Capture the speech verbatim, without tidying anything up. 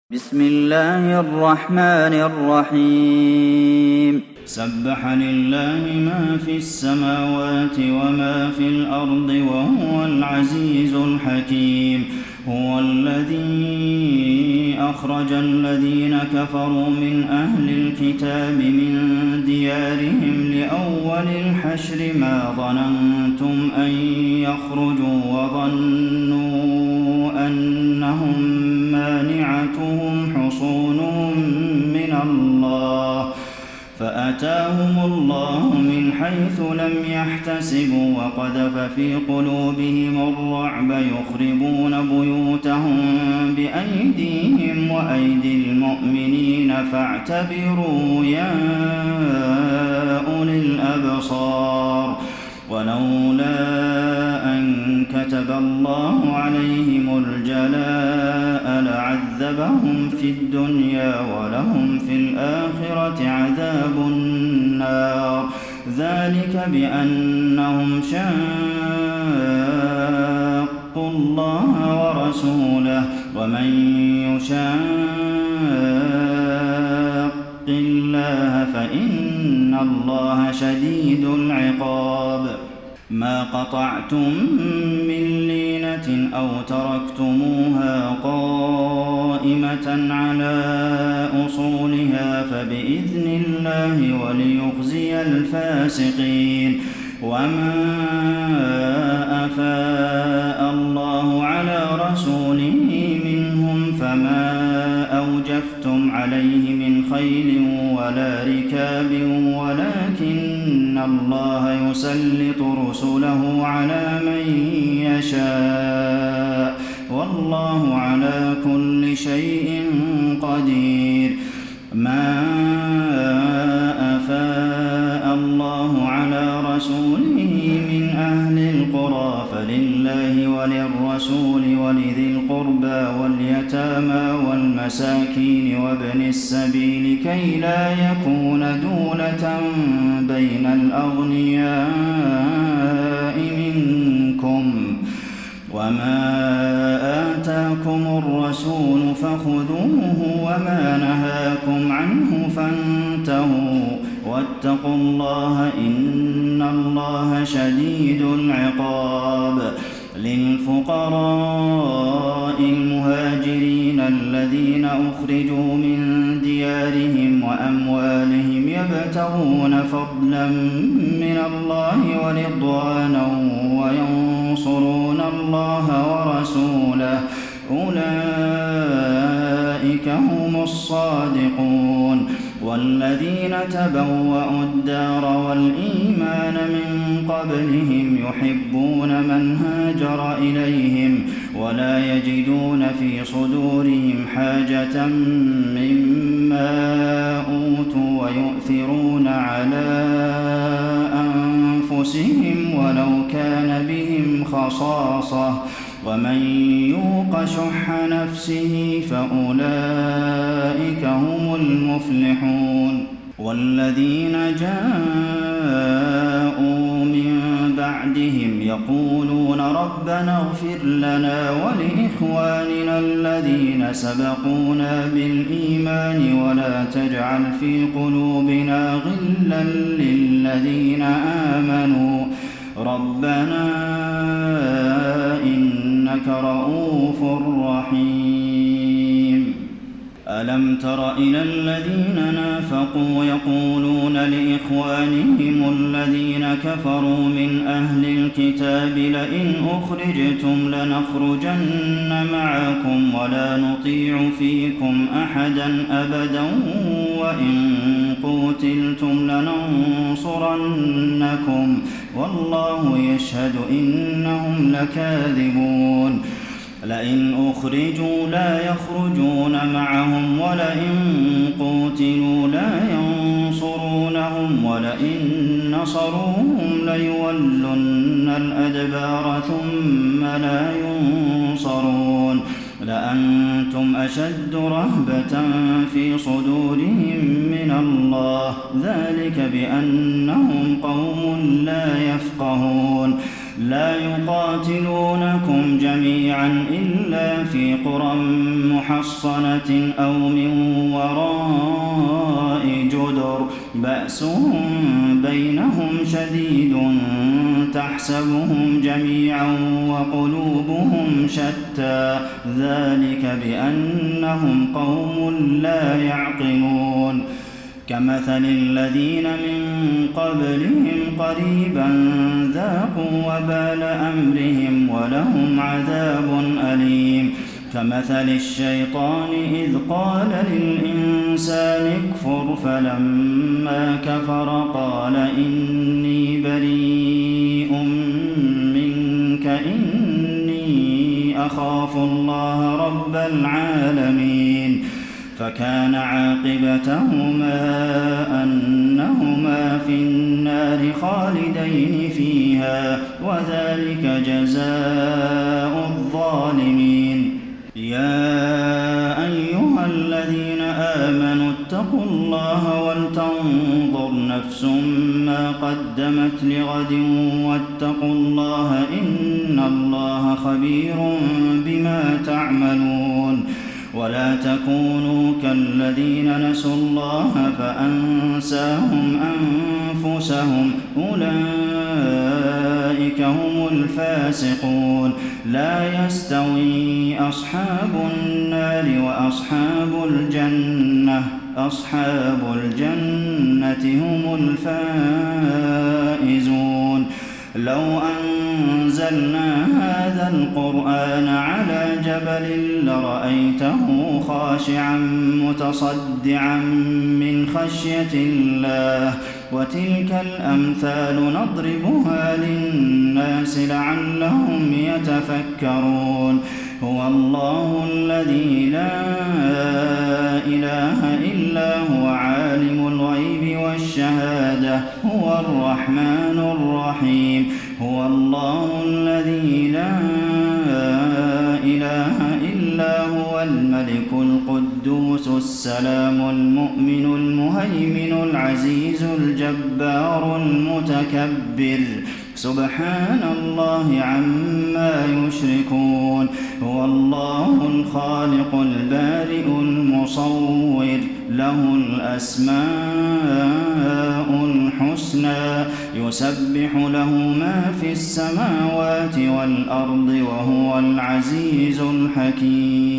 بسم الله الرحمن الرحيم سبح لله ما في السماوات وما في الأرض وهو العزيز الحكيم هو الذي أخرج الذين كفروا من أهل الكتاب من ديارهم لأول الحشر ما ظننتم أن يخرجوا وظنوا أنهم مانعتهم حصونهم من الله فأتاهم الله من حيث لم يحتسبوا وقذف في قلوبهم الرعب يخربون بيوتهم بأيديهم وأيدي المؤمنين فاعتبروا يا أولي الأبصار ولولا أن كتب الله عليهم الجلاء لعذبهم في الدنيا ولهم في الآخرة عذاب النار ذلك بأنهم شاقوا الله ورسوله ومن يشاق الله فإن الله شديد العقاب ما قطعتم من لينة أو تركتموها قائمة على أصولها فبإذن الله وليخزي الفاسقين وما أفاء الله على رسوله منهم فما أوجفتم عليه من خيل ولا ركاب ولكن الله يسلط رسله على من يشاء والله على كل شيء قدير ما أفاء الله على رسوله من أهل القرى فلله وللرسول ولذي القربى واليتامى والمساكين وابن السبيل كي لا يكون دولة بين الأغنياء منكم وما آتاكم الرسول فخذوه وما نهاكم عنه فانتهوا واتقوا الله إن الله شديد العقاب للفقراء المهاجرين الذين أخرجوا من ديارهم وأموالهم يبتغون فضلا من الله ورضوانا وينصرون الله ورسوله أولئك هم الصادقون والذين تبوأوا الدار والإيمان من قبلهم يحبون من هاجر إليهم ولا يجدون في صدورهم حاجة مما أوتوا ويؤثرون على أنفسهم ولو كان بهم خصاصة ومن يوق شح نفسه فأولئك هم المفلحون والذين جاءوا من بعدهم يقولون ربنا اغفر لنا ولإخواننا الذين سبقونا بالإيمان ولا تجعل في قلوبنا غلا للذين آمنوا ربنا إنك رؤوف رحيم ألم تر إلى الذين نافقوا يقولون لإخوانهم الذين كفروا من أهل الكتاب لئن أخرجتم لنخرجن معكم ولا نطيع فيكم أحدا أبدا وإن قوتلتم لننصرنكم والله يشهد إنهم لكاذبون لئن أخرجوا لا يخرجون معهم ولئن قوتلوا لا ينصرونهم ولئن نصروهم ليولن الأدبار ثم لا ينصرون لأنتم أشد رهبة في صدورهم من الله ذلك بأنهم قوم لا يفقهون لا يقاتلونكم جميعا إلا في قرى محصنة أو من وراء جدر بأسهم بينهم شديد تحسبهم جميعا وقلوبهم شتى ذلك بأنهم قوم لا يعقلون كمثل الذين من قبلهم قريبا ذاقوا وبال أمرهم ولهم عذاب أليم كمثل الشيطان إذ قال للإنسان اكفر فلما كفر قال إني بريء منك إني أخاف الله رب العالمين فكان عاقبتهما أنهما في النار خالدين فيها وذلك جزاء الظالمين يا أيها الذين آمنوا اتقوا الله ولتنظر نفس ما قدمت لغد واتقوا الله إن الله خبير بما تعملون ولا تكونوا كالذين نسوا الله فأنساهم أنفسهم أولئك هم الفاسقون لا يستوي أصحاب النار وأصحاب الجنة أصحاب الجنة هم الفائزون لو أنزلنا هذا القرآن على جبل لرأيته خاشعا متصدعا من خشية الله وتلك الأمثال نضربها للناس لعلهم يتفكرون هو الله الذي لا إله إلا هو عالم الغيب والشهادة هو الرحمن الرحيم هو الله الذي لا إله إلا هو الملك القدوس السلام المؤمن المهيمن العزيز الجبار المتكبر سبحان الله عما يشركون هو الله الخالق البارئ المصور له الأسماء الحسنى يسبح له ما في السماوات والأرض وهو العزيز الحكيم